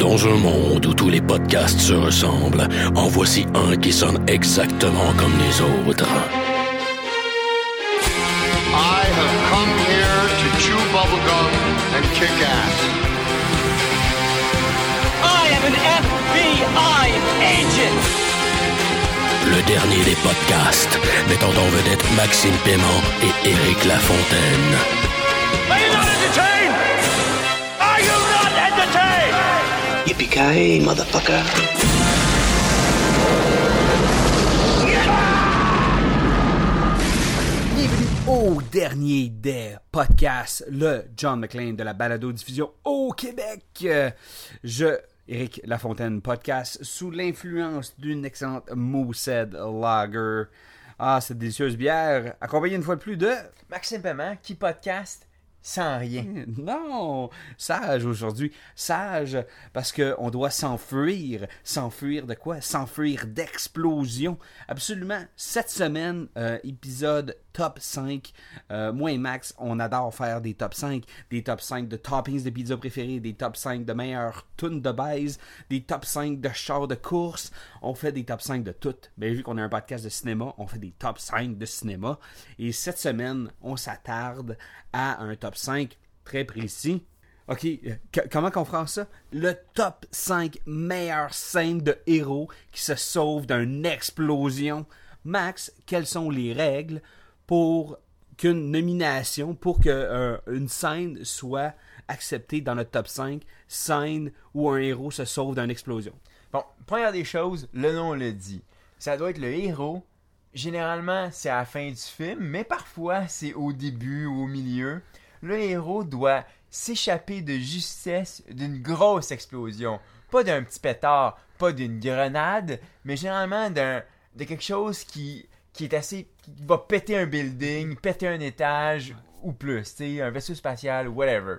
Dans un monde où tous les podcasts se ressemblent, en voici un qui sonne exactement comme les autres. I have come here to chew bubblegum and kick ass. I am an FBI agent! Le dernier des podcasts, mettant en vedette Maxime Paiement et Éric Lafontaine. Are you not entertained? Are you not entertained? Yippee-ki-yay, motherfucker. Bienvenue au dernier des podcasts, le John McClane de la balado-diffusion au Québec. Éric Lafontaine, podcast sous l'influence d'une excellente Moosehead Lager. Ah, cette délicieuse bière, accompagnée une fois de plus de... Maxime Paiement, qui podcast sans rien. Non, sage aujourd'hui. Sage parce qu'on doit s'enfuir. S'enfuir de quoi? S'enfuir d'explosion. Absolument. Cette semaine, épisode top 5. Moi et Max, on adore faire des top 5. Des top 5 de toppings de pizza préférés. Des top 5 de meilleures tunes de base. Des top 5 de chars de course. On fait des top 5 de tout. Mais vu qu'on a un podcast de cinéma, on fait des top 5 de cinéma. Et cette semaine, on s'attarde à un top 5 très précis. OK, comment qu'on fera ça? Le top 5 meilleures scènes de héros qui se sauvent d'une explosion. Max, quelles sont les règles pour qu'une nomination, pour qu'une scène soit acceptée dans notre top 5, scène où un héros se sauve d'une explosion? Bon, première des choses, le nom le dit. Ça doit être le héros. Généralement, c'est à la fin du film, mais parfois, c'est au début ou au milieu. Le héros doit s'échapper de justesse d'une grosse explosion. Pas d'un petit pétard, pas d'une grenade, mais généralement de quelque chose qui est assez... qui va péter un building, péter un étage ou plus, tu sais, un vaisseau spatial, whatever.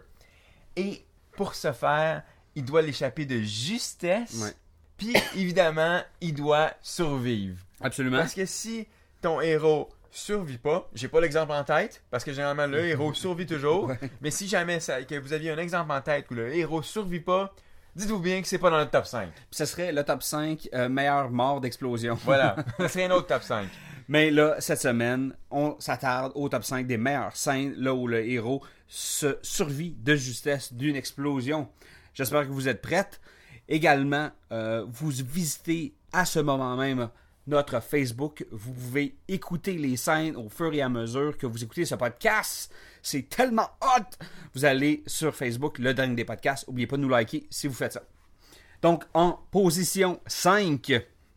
Et pour ce faire, il doit l'échapper de justesse, Ouais. puis évidemment, il doit survivre. Absolument. Parce que si ton héros survit pas, j'ai pas l'exemple en tête, parce que généralement le héros survit toujours, Ouais. mais si jamais que vous aviez un exemple en tête où le héros survit pas, dites-vous bien que c'est pas dans le top 5. Puis ce serait le top 5 meilleures morts d'explosion. Voilà, ça serait un autre top 5. Mais là, cette semaine, on s'attarde au top 5 des meilleures scènes, là où le héros se survit de justesse d'une explosion. J'espère que vous êtes prêtes. Également, vous visitez à ce moment même notre Facebook. Vous pouvez écouter les scènes au fur et à mesure que vous écoutez ce podcast. C'est tellement hot! Vous allez sur Facebook, le dernier des podcasts. N'oubliez pas de nous liker si vous faites ça. Donc, en position 5,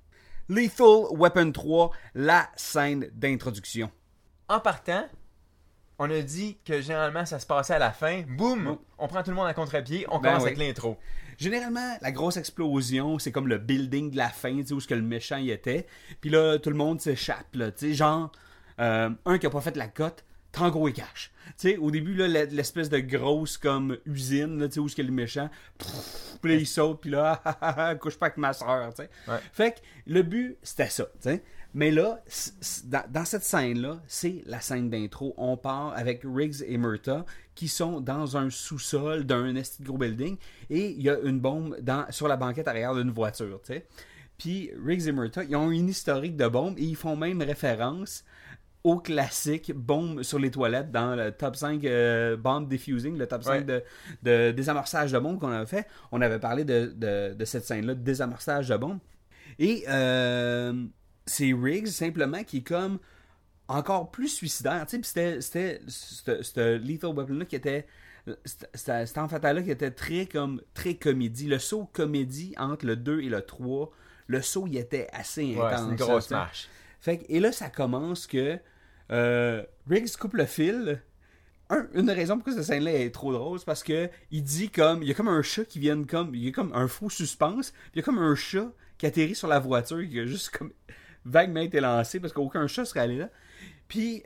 Lethal Weapon 3, la scène d'introduction. En partant, on a dit que généralement ça se passait à la fin. Boum! On prend tout le monde à contre-pied, on commence oui. avec l'intro. Généralement, la grosse explosion, c'est comme le building de la fin, tu sais, où ce que le méchant y était. Puis là, tout le monde s'échappe, là, tu sais, genre, un qui a pas fait la cote, Tango et Cash. Tu sais, au début, là, l'espèce de grosse, comme, usine, là, tu sais, où ce que le méchant, puis là, il saute, puis là, couche pas avec ma soeur, tu sais. Ouais. Fait que le but, c'était ça, tu sais. Mais là, dans cette scène-là, c'est la scène d'intro. On part avec Riggs et Murtaugh qui sont dans un sous-sol d'un esti de gros building et il y a une bombe sur la banquette arrière d'une voiture, tu sais. Puis Riggs et Murtaugh, ils ont une historique de bombes et ils font même référence au classique bombe sur les toilettes dans le top 5 bomb defusing, le top 5 de désamorçage de bombes qu'on avait fait. On avait parlé de cette scène-là, de désamorçage de bombes. Et c'est Riggs simplement qui est comme encore plus suicidaire. Tu sais, puis c'était ce Lethal Weapon-là qui était... Cet enfant-là qui était très comédie. Le saut comédie entre le 2 et le 3, le saut, il était assez intense. C'est une grosse ça, marche. Fait que, et là, ça commence que Riggs coupe le fil. Une des raisons pourquoi cette scène-là est trop drôle, c'est parce que il dit comme... Il y a comme un chat qui vient comme... Il y a comme un faux suspense. Puis il y a comme un chat qui atterrit sur la voiture, qui a juste comme vaguement été lancé, parce qu'aucun chat serait allé là. Puis,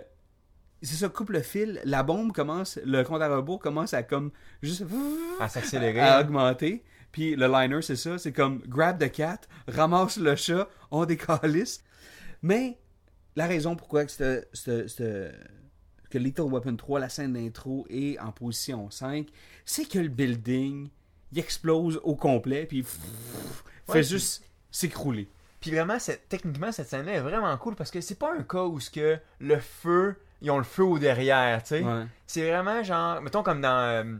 c'est ça, coupe le fil. La bombe commence... Le compte à rebours commence à comme... Juste... À s'accélérer. À augmenter. Puis le liner, c'est ça. C'est comme grab the cat, ramasse le chat, on décalisse. Mais la raison pourquoi que Lethal Weapon 3, la scène d'intro, est en position 5, c'est que le building il explose au complet, puis fait juste s'écrouler. Puis vraiment, techniquement, cette scène-là est vraiment cool parce que c'est pas un cas où que le feu, ils ont le feu au derrière, tu sais. Ouais. C'est vraiment genre, mettons comme dans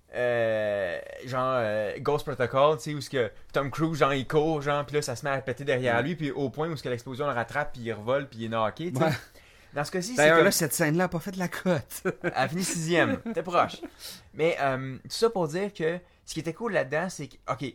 Ghost Protocol, tu sais, où ce que Tom Cruise, genre, il court, genre, puis là, ça se met à péter derrière lui, puis au point où ce que l'explosion le rattrape, puis il revole, puis il est knocké, tu sais. Ouais. Dans ce cas-ci, c'est D'ailleurs, comme... là, cette scène-là a pas fait de la cote. Elle a fini 6e. T'es proche. Mais tout ça pour dire que ce qui était cool là-dedans, c'est que, OK,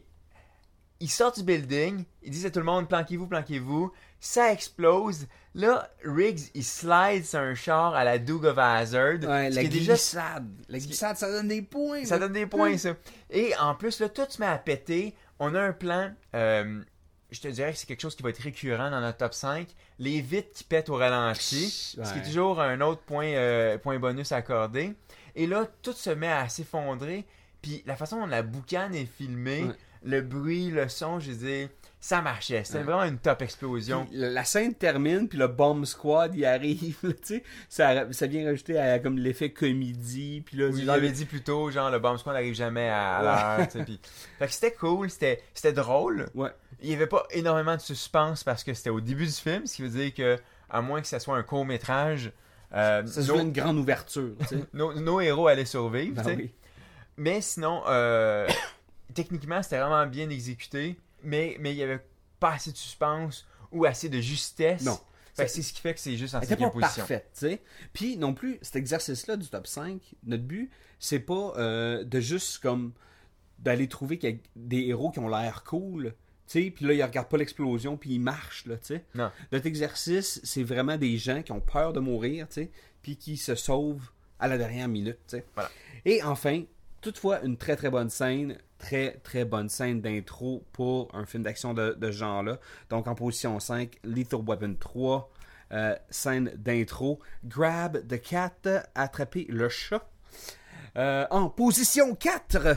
il sort du building, il dit à tout le monde, planquez-vous, planquez-vous. Ça explose. Là, Riggs, il slide sur un char à la Duke of Hazzard. Ouais, ce la qui est glissade. La glissade, ça donne des points. Ça là. donne des points, ça. Et en plus, là, tout se met à péter. On a un plan... je te dirais que c'est quelque chose qui va être récurrent dans notre top 5. Les vitres qui pètent au ralenti. Ouais. Ce qui est toujours un autre point bonus à accorder. Et là, tout se met à s'effondrer. Puis la façon dont la boucane est filmée, Ouais. le bruit, le son, je veux dire, ça marchait. C'était Ouais. vraiment une top explosion. Puis la scène termine, puis le bomb squad y arrive, là, tu sais. Ça vient rajouter à comme l'effet comédie, puis là, Oui, c'est je genre- l'avais dit plus tôt, genre le bomb squad n'arrive jamais à l'heure. tu sais, puis- Fait que c'était cool, c'était drôle. Ouais. Il n'y avait pas énormément de suspense parce que c'était au début du film, ce qui veut dire que, à moins que ça soit un court-métrage, Ça se nos, voulait une grande ouverture, tu sais. nos héros allaient survivre. Ben tu sais. oui. Mais sinon, techniquement, c'était vraiment bien exécuté, mais il n'y avait pas assez de suspense ou assez de justesse. Non. Fait que c'est ce qui fait que c'est juste en Elle était 5e pas position. parfaite, tu sais. Puis non plus, cet exercice-là du top 5, notre but, c'est pas de juste comme d'aller trouver qu'il y a des héros qui ont l'air cool, tu sais, puis là, ils regardent pas l'explosion, puis ils marchent, là, tu sais. Non. Notre exercice, c'est vraiment des gens qui ont peur de mourir, tu sais, puis qui se sauvent à la dernière minute, tu sais. Voilà. Et enfin, toutefois, une très très bonne scène, très très bonne scène d'intro pour un film d'action de ce genre-là. Donc en position 5, Lethal Weapon 3, scène d'intro, Grab the Cat, attraper le chat. En position 4,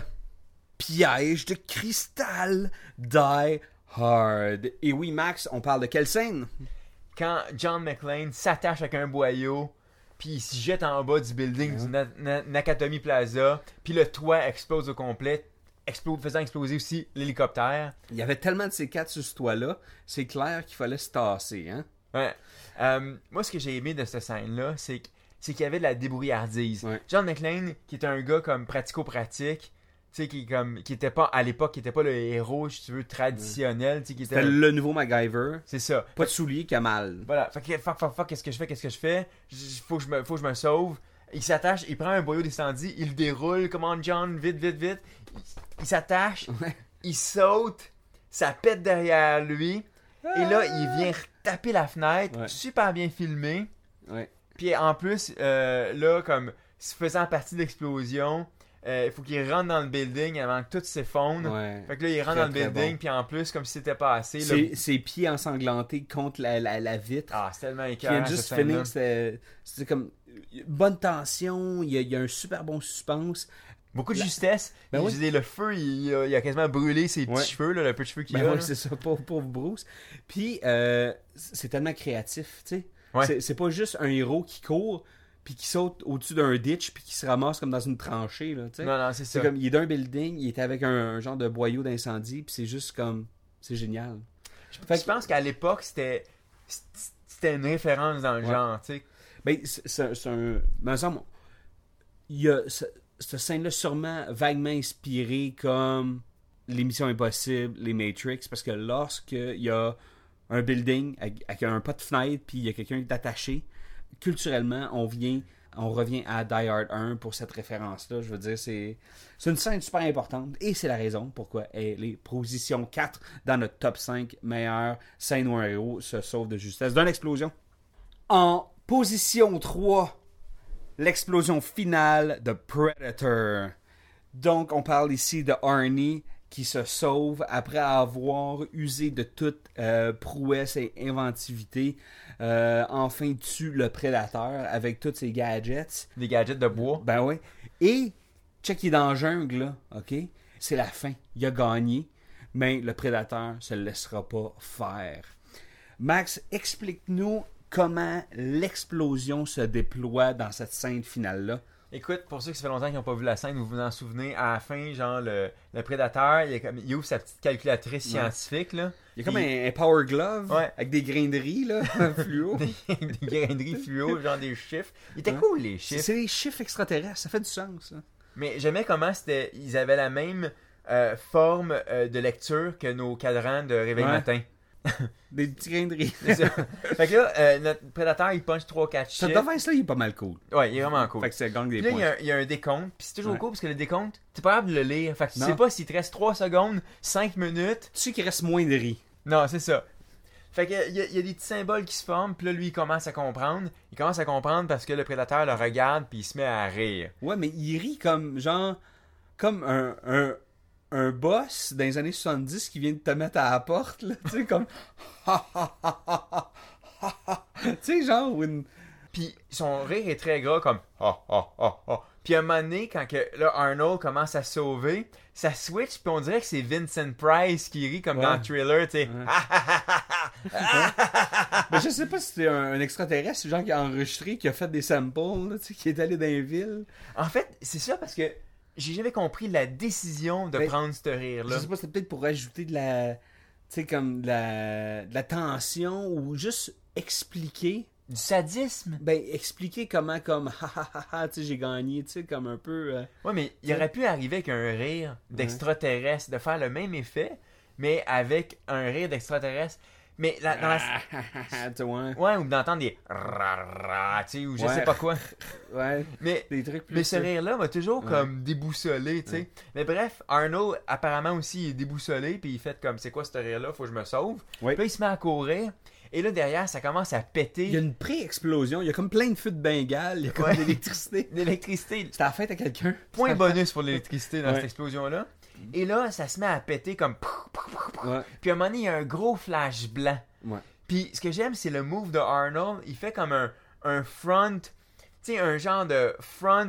Piège de cristal, Die Hard. Et oui, Max, on parle de quelle scène? Quand John McClane s'attache avec un boyau, puis il se jette en bas du building du Nakatomi Plaza, puis le toit explose au complet, faisant exploser aussi l'hélicoptère. Il y avait tellement de ces quatre sur ce toit-là, c'est clair qu'il fallait se tasser, hein? Ouais. Moi, ce que j'ai aimé de cette scène-là, c'est qu'il y avait de la débrouillardise. Ouais. John McClane, qui est un gars comme pratico-pratique, tu sais, qui était pas, à l'époque, qui était pas le héros, si tu veux, traditionnel, tu sais, qui était... C'était le nouveau MacGyver. C'est ça. Pas de souliers qui a mal. Voilà. Fait que, fuck, qu'est-ce que je fais? Faut que je me sauve. Il s'attache, il prend un boyau d'incendie, il le déroule, commande John, vite. Il s'attache, Ouais. il saute, ça pète derrière lui, et là, il vient taper la fenêtre, Ouais. super bien filmé. Ouais. Puis en plus, là, comme faisant partie de l'explosion, il faut qu'il rentre dans le building avant que tout s'effondre. Ouais. Fait que là, il rentre Très, dans le très building, bon. puis en plus, comme si c'était pas assez. Là, Ses pieds ensanglantés contre la vitre. ah, c'est tellement qui écœurant, vient juste cette scène-là. finir. C'était comme bonne tension, il y a un super bon suspense. Beaucoup de justesse. Ben Je oui. disais, le feu, il a quasiment brûlé ses petits Ouais. cheveux, là, le peu de cheveux qu'il Ben a. oui, là. c'est ça, pauvre Bruce. Puis, c'est tellement créatif, tu sais. Ouais. C'est pas juste un héros qui court, puis qui saute au-dessus d'un ditch, puis qui se ramasse comme dans une tranchée, là, tu sais. Non, c'est ça. C'est comme, il est d'un building, il est avec un genre de boyau d'incendie, puis c'est juste comme, c'est génial. Fait Je que- pense qu'à l'époque, c'était une référence dans le Ouais. genre, tu sais. Ben, c'est un. Mais ensemble, il y a cette scène-là sûrement vaguement inspirée comme les Missions Impossibles, les Matrix, parce que lorsqu'il y a un building avec un pas de fenêtre, puis il y a quelqu'un qui est attaché, culturellement, on revient à Die Hard 1 pour cette référence-là. Je veux dire, c'est une scène super importante, et c'est la raison pourquoi elle est position 4 dans notre top 5 meilleures scènes où un héros se sauve de justesse d'une explosion. En position 3, l'explosion finale de Predator. Donc, on parle ici de Arnie qui se sauve après avoir usé de toute prouesse et inventivité. Enfin, tue le prédateur avec tous ses gadgets. Des gadgets de bois. Ben oui. Et, check, il est dans la jungle, là, OK? C'est la fin. Il a gagné, mais le prédateur se le laissera pas faire. Max, explique-nous comment l'explosion se déploie dans cette scène finale-là. Écoute, pour ceux qui ça fait longtemps qu'ils n'ont pas vu la scène, vous vous en souvenez, à la fin, genre, le prédateur, il ouvre sa petite calculatrice scientifique, là. Il y a comme un power glove Ouais. avec des graineries, là, fluo. des graineries fluo, genre des chiffres. Il était cool, les chiffres. C'est des chiffres extraterrestres, ça fait du sens, ça. Mais j'aimais comment ils avaient la même forme de lecture que nos cadrans de réveil Ouais. matin. Des petits graineries. C'est ça. Fait que là, notre prédateur, il punch 3-4 Ce chiffres. device-là, il est pas mal cool. Ouais, il est vraiment cool. Fait que ça gagne des Puis là, points. il y a un décompte, puis c'est toujours Ouais. cool parce que le décompte, t'es pas capable de le lire. Fait que tu Non. sais pas s'il te reste 3 secondes, 5 minutes. Tu sais qu'il reste moins de riz. Non, c'est ça. Fait que il y a des petits symboles qui se forment, puis là, lui, il commence à comprendre. Il commence à comprendre parce que le prédateur le regarde, puis il se met à rire. Ouais, mais il rit comme, genre, comme un boss dans les années 70 qui vient de te mettre à la porte, là. Tu sais, comme... tu sais, genre, une... Puis son rire est très gras, comme Puis à un moment donné, quand que, là, Arnold commence à sauver, ça switch, puis on dirait que c'est Vincent Price qui rit comme Ouais. dans Thriller, tu sais. Mais je sais pas si c'était un extraterrestre, c'est genre qui a enregistré, qui a fait des samples, là, tu sais, qui est allé dans les villes. En fait, c'est ça parce que j'ai jamais compris la décision de Ben, prendre ce rire-là. Je sais pas, c'était peut-être pour ajouter de la... Tu sais, comme de la tension, ou juste expliquer... Du sadisme. Ben, expliquer comment, comme, tu sais, j'ai gagné, tu sais, comme un peu... Ouais, mais il aurait pu arriver avec un rire d'extraterrestre, de faire le même effet, mais avec un rire d'extraterrestre. Mais dans la... tu sais, ouais. Ouais, ou d'entendre des ra, tu sais, ou je Ouais. sais pas quoi. Ouais, Mais des trucs plus... Mais ce rire-là m'a toujours Ouais. comme déboussolé, tu sais. Ouais. Mais bref, Arnold, apparemment aussi, il est déboussolé, puis il fait comme, c'est quoi ce rire-là, faut que je me sauve. Ouais. Puis là, il se met à courir, et là, derrière, ça commence à péter. Il y a une pré-explosion, il y a comme plein de feux de Bengale, il y a comme Ouais. de l'électricité. L'électricité. C'était la fête à quelqu'un. Point bonus pour l'électricité dans Ouais. cette explosion-là. Et là, ça se met à péter comme... Ouais. Puis à un moment donné, il y a un gros flash blanc. Ouais. Puis ce que j'aime, c'est le move de Arnold. Il fait comme un front... Tu sais, un genre de front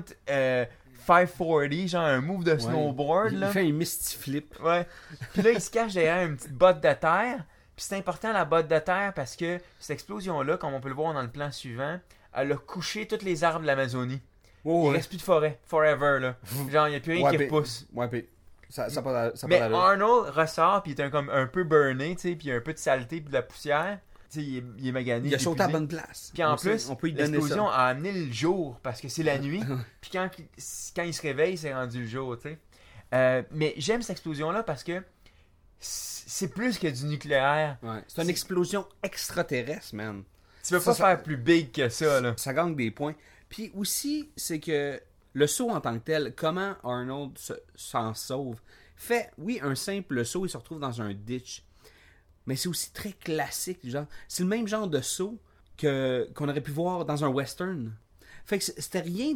540, genre un move de snowboard, Il là. fait un misty flip. Ouais. Puis là, il se cache derrière une petite botte de terre. Puis c'est important, la botte de terre, parce que cette explosion-là, comme on peut le voir dans le plan suivant, elle a couché tous les arbres de l'Amazonie. Oh, Il reste plus de forêt. Forever, là. Genre, il n'y a plus rien qui puis- repousse. Ouais, puis ça Mais pas d'allure. Arnold ressort, puis il est comme un peu burné, tu sais, puis il y a un peu de saleté, puis de la poussière. Tu sais, il est magané. Il a sauté à la épuisé. bonne place. Puis en On sait- plus, on peut lui donner l'explosion ça. a amené le jour, parce que c'est la nuit. Puis quand il se réveille, c'est rendu le jour, tu sais. Mais j'aime cette explosion-là parce que c'est plus que du nucléaire. Ouais. C'est une explosion extraterrestre, man. Tu peux Ça, pas ça- faire plus big que ça, là. Ça gagne des points. Puis aussi, c'est que le saut en tant que tel, comment Arnold s'en sauve, fait, oui, un simple saut, il se retrouve dans un ditch. Mais c'est aussi très classique, genre. C'est le même genre de saut qu'on aurait pu voir dans un western. Fait que c'était rien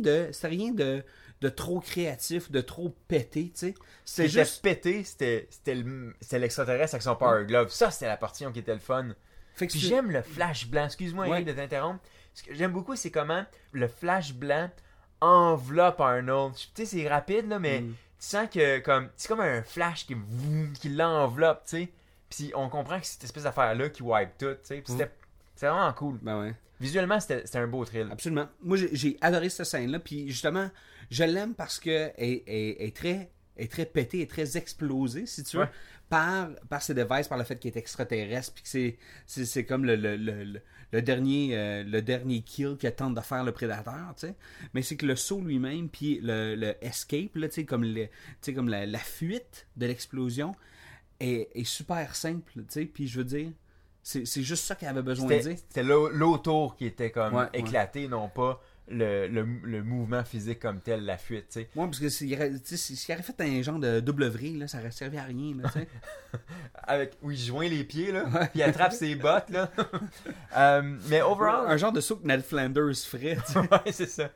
de trop créatif, de trop pété, tu sais. C'était C'était juste... pété, c'était l'extraterrestre avec son Power Glove. Ça, c'était la partie qui était le fun. Fait que Puis c'est- j'aime le flash blanc. Excuse-moi, Ouais. Eric, de t'interrompre. Ce que j'aime beaucoup, c'est comment le flash blanc enveloppe Arnold. Tu sais, c'est rapide, là, mais tu sens que c'est comme un flash qui l'enveloppe, tu sais. Puis on comprend que c'est cette espèce d'affaire-là qui wipe tout, tu sais. Puis c'était vraiment cool. Ben ouais. Visuellement, c'était un beau thrill. Absolument. Moi, j'ai adoré cette scène-là. Puis justement, je l'aime parce que elle est très pétée, elle est très explosée, si tu veux, Ouais. par ses devices, par le fait qu'il est extraterrestre, puis que c'est comme le dernier kill que tente de faire le prédateur, tu sais. Mais c'est que le saut lui-même, puis le escape, là, tu sais, comme la fuite de l'explosion, est super simple, tu sais. Puis je veux dire, c'est juste ça qu'elle avait besoin de dire. C'était l'autour qui était comme Ouais, éclaté, non pas le mouvement physique comme tel, la fuite, tu sais. Ouais, parce que s'il aurait fait un genre de double vrille, là, ça aurait servi à rien, là, tu sais. Oui, il joint les pieds, là, puis il attrape ses bottes, là. Mais overall... Un genre de saut que Ned Flanders ferait, tu sais. Ouais, c'est ça.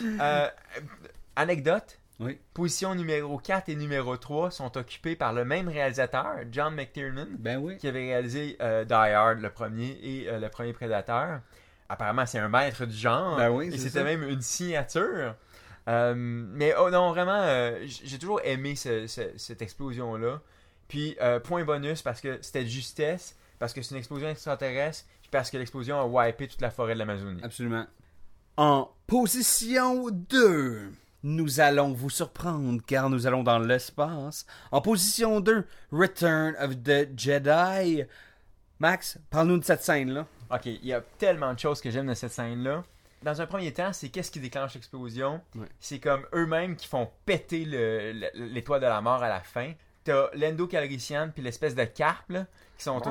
Anecdote, Oui. position numéro 4 et numéro 3 sont occupés par le même réalisateur, John McTiernan, Ben oui. qui avait réalisé Die Hard, le premier, et le premier Prédateur. Apparemment, c'est un maître du genre. Ben oui, et c'est c'était ça. même une signature. Mais oh non, vraiment, j'ai toujours aimé cette explosion-là. Puis, point bonus, parce que c'était de justesse, parce que c'est une explosion extraterrestre, puis parce que l'explosion a wipé toute la forêt de l'Amazonie. Absolument. En position 2, nous allons vous surprendre car nous allons dans l'espace. En position 2, Return of the Jedi. Max, parle-nous de cette scène-là. Ok, il y a tellement de choses que j'aime de cette scène-là. Dans un premier temps, c'est qu'est-ce qui déclenche l'explosion. Ouais. C'est comme eux-mêmes qui font péter l'étoile de la mort à la fin. T'as Lando Calrissian puis l'espèce de carpe là, qui sont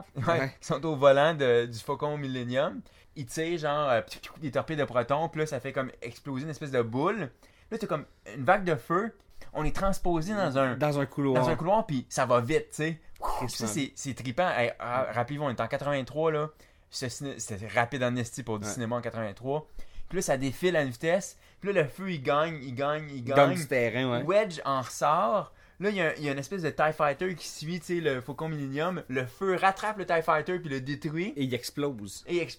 qui sont au volant du Faucon Millennium. Ils tirent genre des torpilles de protons, puis là ça fait comme exploser une espèce de boule. Là t'as comme une vague de feu. On est transposé dans un couloir, puis ça va vite, tu sais. Ça c'est trippant. Hey, rappelez-vous, on est en 83 là. C'était rapide en esti pour du cinéma en 83. Puis là, ça défile à une vitesse. Puis là, le feu, il gagne. Il gagne du terrain, ouais. Wedge en ressort. Là, il y a une espèce de TIE Fighter qui suit, tu sais, le Faucon Millennium. Le feu rattrape le TIE Fighter puis le détruit. Et il explose.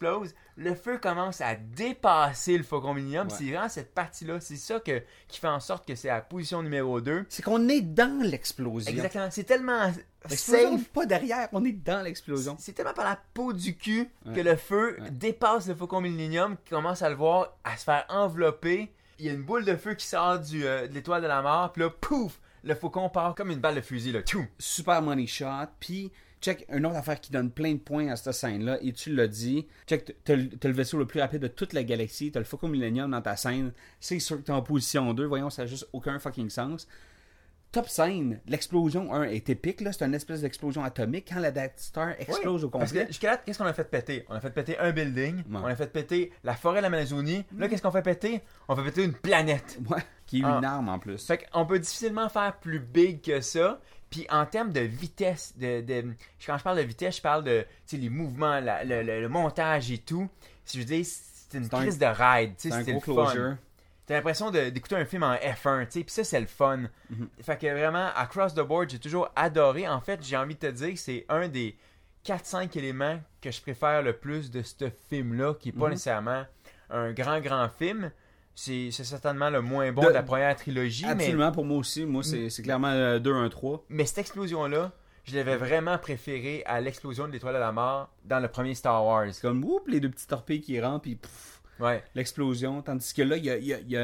Le feu commence à dépasser le Faucon Millennium. Ouais. C'est vraiment cette partie-là. C'est ça qui fait en sorte que c'est la position numéro 2. C'est qu'on est dans l'explosion. Exactement. C'est tellement L'explosion, safe. pas derrière, on est dans l'explosion. C'est tellement par la peau du cul que le feu dépasse le Faucon Millennium, qui commence à le voir, à se faire envelopper. Il y a une boule de feu qui sort de l'étoile de la mort, puis là, pouf, le Faucon part comme une balle de fusil, là. Tchou! Super money shot, puis check, une autre affaire qui donne plein de points à cette scène-là, et tu l'as dit, check, t'as le vaisseau le plus rapide de toute la galaxie, t'as le Faucon Millennium dans ta scène, c'est sûr que t'es en position 2, voyons, ça n'a juste aucun fucking sens. Top scène, l'explosion 1 est épique, là, c'est une espèce d'explosion atomique quand la Death Star explose au complet. Parce que jusqu'à là, qu'est-ce qu'on a fait péter? On a fait péter un building, on a fait péter la forêt de l'Amazonie. Là, qu'est-ce qu'on fait péter? On fait péter une planète. Ouais, qui est une arme en plus. Fait qu'on peut difficilement faire plus big que ça. Puis en termes de vitesse, quand je parle de vitesse, je parle de les mouvements, le montage et tout. Si je veux dire, c'est une crise de ride. C'est un c'était gros le fun. closure. T'as l'impression d'écouter un film en F1, tu sais, pis ça, c'est le fun. Fait que vraiment, across the board, j'ai toujours adoré. En fait, j'ai envie de te dire que c'est un des 4-5 éléments que je préfère le plus de ce film-là, qui est pas nécessairement un grand film. C'est certainement le moins bon de la première trilogie. Absolument, pour moi aussi. Moi, c'est clairement 2-1-3. Mais cette explosion-là, je l'avais vraiment préférée à l'explosion de l'étoile de la mort dans le premier Star Wars. Comme, oups, les deux petits torpilles qui rentrent, puis ouais. L'explosion. Tandis que là, il y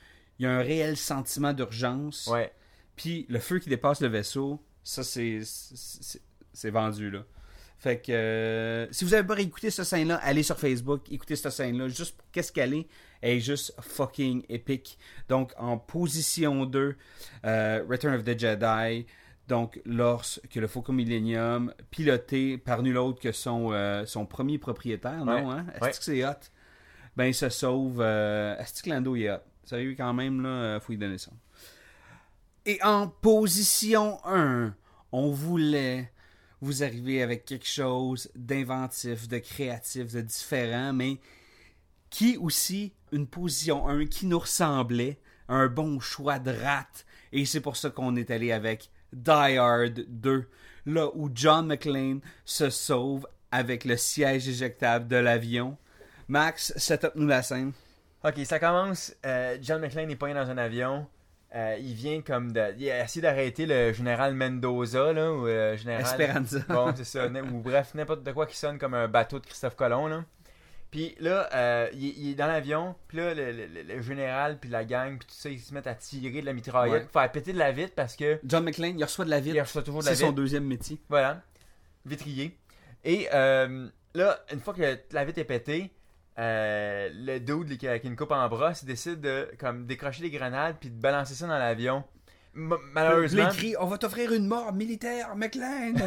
a un réel sentiment d'urgence. Ouais. Puis le feu qui dépasse le vaisseau, ça, c'est vendu, là. Fait que si vous avez pas réécouté cette scène-là, allez sur Facebook, écoutez cette scène-là. Juste pour qu'est-ce qu'elle est, elle est juste fucking épique. Donc, en position 2, Return of the Jedi. Donc, lorsque le Faucon Millennium, piloté par nul autre que son premier propriétaire, non, hein? Est-ce que c'est hot? Ben, il se sauve. Est-ce que Lando est hot? Sérieux, quand même, là, faut y donner ça. Et en position 1, on voulait vous arriver avec quelque chose d'inventif, de créatif, de différent, mais qui aussi, une position 1 qui nous ressemblait, un bon choix de rate. Et c'est pour ça qu'on est allé avec Die Hard 2, là où John McClane se sauve avec le siège éjectable de l'avion. Max, set-up-nous la scène. Ok, ça commence. John McClane est pogné dans un avion. Il vient comme il a essayé d'arrêter le général Mendoza, là, ou général... Esperanza. Bon, c'est ça. Ou bref, n'importe de quoi qui sonne comme un bateau de Christophe Colomb, là. Puis là, il est dans l'avion, puis là, le général, puis la gang, puis tout ça, ils se mettent à tirer de la mitraillette, pour faire péter de la vitre parce que... John McClane, il reçoit de la vitre. Il reçoit toujours de la vitre. C'est son deuxième métier. Voilà. Vitrier. Et là, une fois que la vitre est pétée, le dude qui a une coupe en bras, il décide de comme décrocher des grenades puis de balancer ça dans l'avion. Malheureusement. Il crie, on va t'offrir une mort militaire, McClane.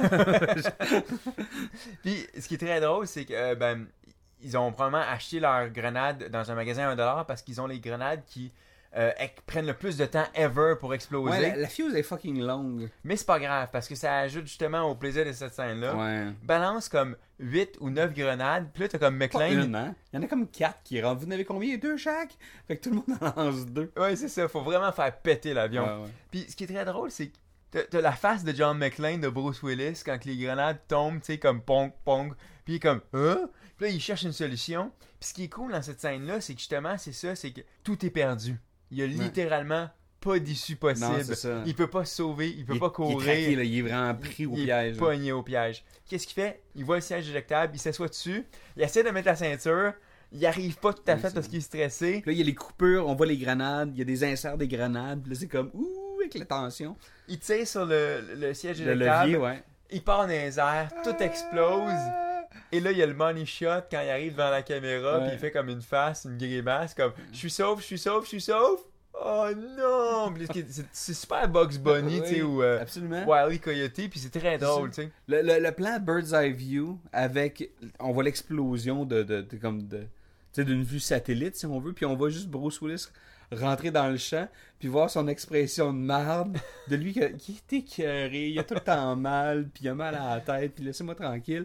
Puis ce qui est très drôle, c'est que ils ont probablement acheté leurs grenades dans un magasin à $1 parce qu'ils ont les grenades qui prennent le plus de temps ever pour exploser. Ouais, la fuse est fucking longue. Mais c'est pas grave parce que ça ajoute justement au plaisir de cette scène-là. Ouais. Balance comme 8 ou 9 grenades, puis là t'as comme McClane. Hein? Il y en a comme 4 qui rentrent. Vous en avez combien? 2 chaque? Fait que tout le monde en lance 2. Ouais, c'est ça. Faut vraiment faire péter l'avion. Ouais. Puis ce qui est très drôle, c'est que t'as la face de John McClane, de Bruce Willis, quand les grenades tombent, tu sais, comme pong, pong. Puis il est comme, hein? Puis là, il cherche une solution. Puis ce qui est cool dans cette scène-là, c'est que justement, c'est ça, c'est que tout est perdu. Il y a littéralement pas d'issue possible. Non, c'est ça. Il peut pas se sauver, il peut pas courir. Il est traqué, là, il est vraiment pris au piège. Il est pogné au piège. Qu'est-ce qu'il fait? Il voit le siège éjectable, il s'assoit dessus, il essaie de mettre la ceinture. il arrive pas tout à fait parce qu'il est stressé. Puis là, il y a les coupures, on voit les grenades, il y a des inserts des grenades, puis là, c'est comme, ouh, avec la tension. Il tire sur le siège Le éjectable, levier, ouais. il part dans les airs, tout explose. Et là, il y a le money shot quand il arrive devant la caméra, Ouais. puis il fait comme une face, une grimace, comme « Je suis sauf, je suis sauf, je suis sauf! » Oh non! Puis c'est super Bugs Bunny, Oui, tu sais, ou absolument. Wile E. Coyote, puis c'est très drôle, tu sais. Le plan Bird's Eye View, avec, on voit l'explosion tu sais, d'une vue satellite, si on veut, puis on voit juste Bruce Willis rentrer dans le champ, puis voir son expression de marde, de lui qui est écœuré, il a tout le temps mal, puis il a mal à la tête, puis laissez-moi tranquille.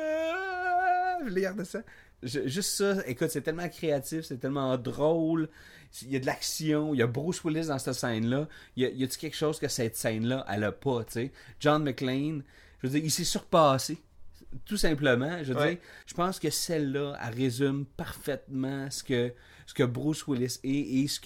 Je regarde ça. Juste ça, écoute, c'est tellement créatif, c'est tellement drôle, il y a de l'action, il y a Bruce Willis dans cette scène-là, y a-tu quelque chose que cette scène-là, elle a pas, tu sais. John McClane, je veux dire, il s'est surpassé. Tout simplement, je veux dire, je pense que celle-là, elle résume parfaitement ce que Bruce Willis est et ce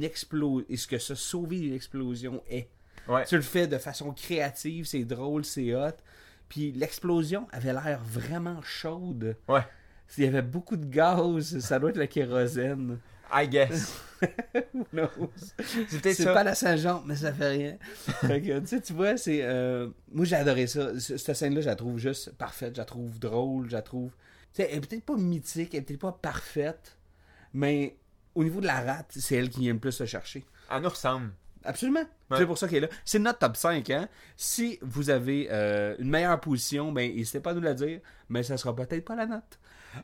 que se sauver d'une explosion est. Ouais. Tu le fais de façon créative, c'est drôle, c'est hot. Puis l'explosion avait l'air vraiment chaude. Ouais. Il y avait beaucoup de gaz, ça doit être le kérosène. I guess. Who knows? C'est peut-être C'est ça. pas la Saint-Jean, mais ça fait rien. Fait que, tu vois, c'est... moi, j'ai adoré ça. Cette scène-là, je la trouve juste parfaite. Je la trouve drôle. Je la trouve... Tu sais, elle est peut-être pas mythique, elle est peut-être pas parfaite, mais au niveau de la rate, c'est elle qui vient le plus se chercher. Elle nous ressemble. Absolument. Ouais. C'est pour ça qu'elle est là. C'est notre top 5, hein. Si vous avez une meilleure position, ben n'hésitez pas à nous la dire, mais ça sera peut-être pas la note.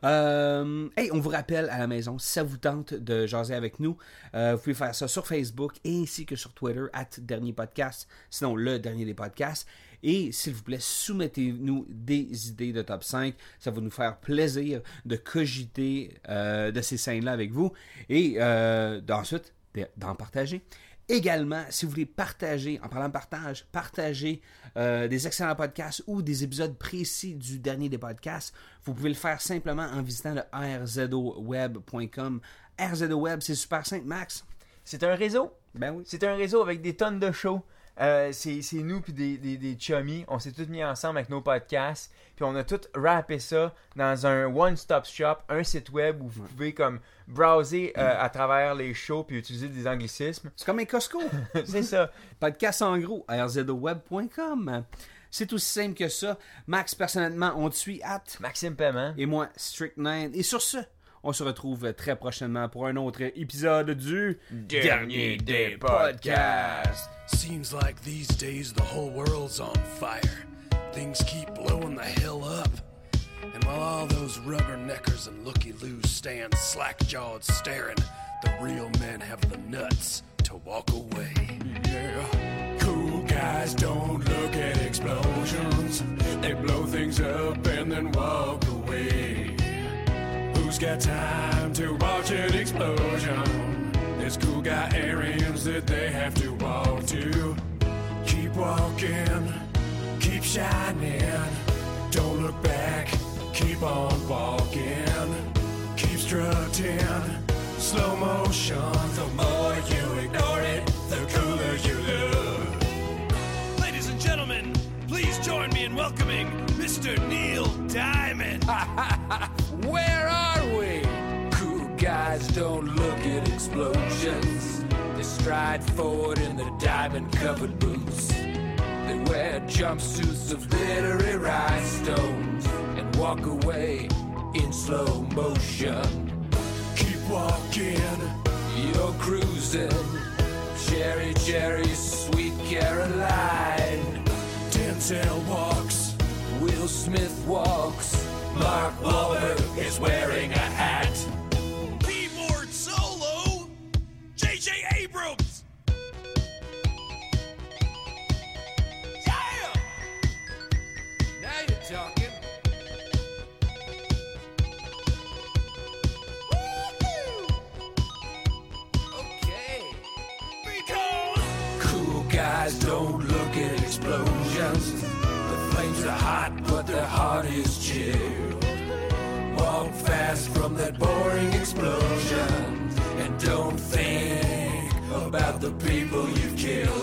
Hey, on vous rappelle à la maison, si ça vous tente de jaser avec nous, vous pouvez faire ça sur Facebook ainsi que sur Twitter, @dernierpodcast, sinon le dernier des podcasts. Et s'il vous plaît, soumettez-nous des idées de top 5. Ça va nous faire plaisir de cogiter de ces scènes-là avec vous et ensuite d'en partager. Également, si vous voulez partager, en parlant de partage, partager des excellents podcasts ou des épisodes précis du dernier des podcasts, vous pouvez le faire simplement en visitant le rzoweb.com. RZOweb, c'est super simple, Max. C'est un réseau. Ben oui. C'est un réseau avec des tonnes de shows. C'est nous puis des chummies. On s'est tous mis ensemble avec nos podcasts. Puis on a tout rappé ça dans un one-stop shop, un site web où vous pouvez comme browser à travers les shows puis utiliser des anglicismes. C'est comme un Costco. C'est ça. Podcast en gros, rzoweb.com. C'est aussi simple que ça. Max, personnellement, on te suit Maxime Paiement. et moi, Strict9. Et sur ce, on se retrouve très prochainement pour un autre épisode du Dernier des podcasts. Seems like these days the whole world's on fire. Things keep blowing the hell up. And while all those rubberneckers and looky-loos stand slack-jawed staring, the real men have the nuts to walk away. Yeah. Cool guys don't look at explosions. They blow things up and then walk away. Who's got time to watch an explosion? There's cool guy areas that they have to walk to. Keep walking, keep shining. Don't look back, keep on walking. Keep strutting, slow motion. The more you ignore it, the cooler you look. Ladies and gentlemen, please join me in welcoming Mr. Neil Diamond. Where are we? Cool guys don't look at explosions. They stride forward in their diamond-covered boots. They wear jumpsuits of glittery rhinestones and walk away in slow motion. Keep walking, You're cruising, cherry, cherry, sweet Caroline. Denzel walks. Will Smith walks. Mark Wahlberg is wearing a hat. Keyboard solo, J.J. Abrams. Yeah! Now you're talking. Woo-hoo! Okay. Because Cool guys don't look at explosions. The flames are hot, but their heart is chilled. Walk fast from that boring explosion and don't think about the people you've killed.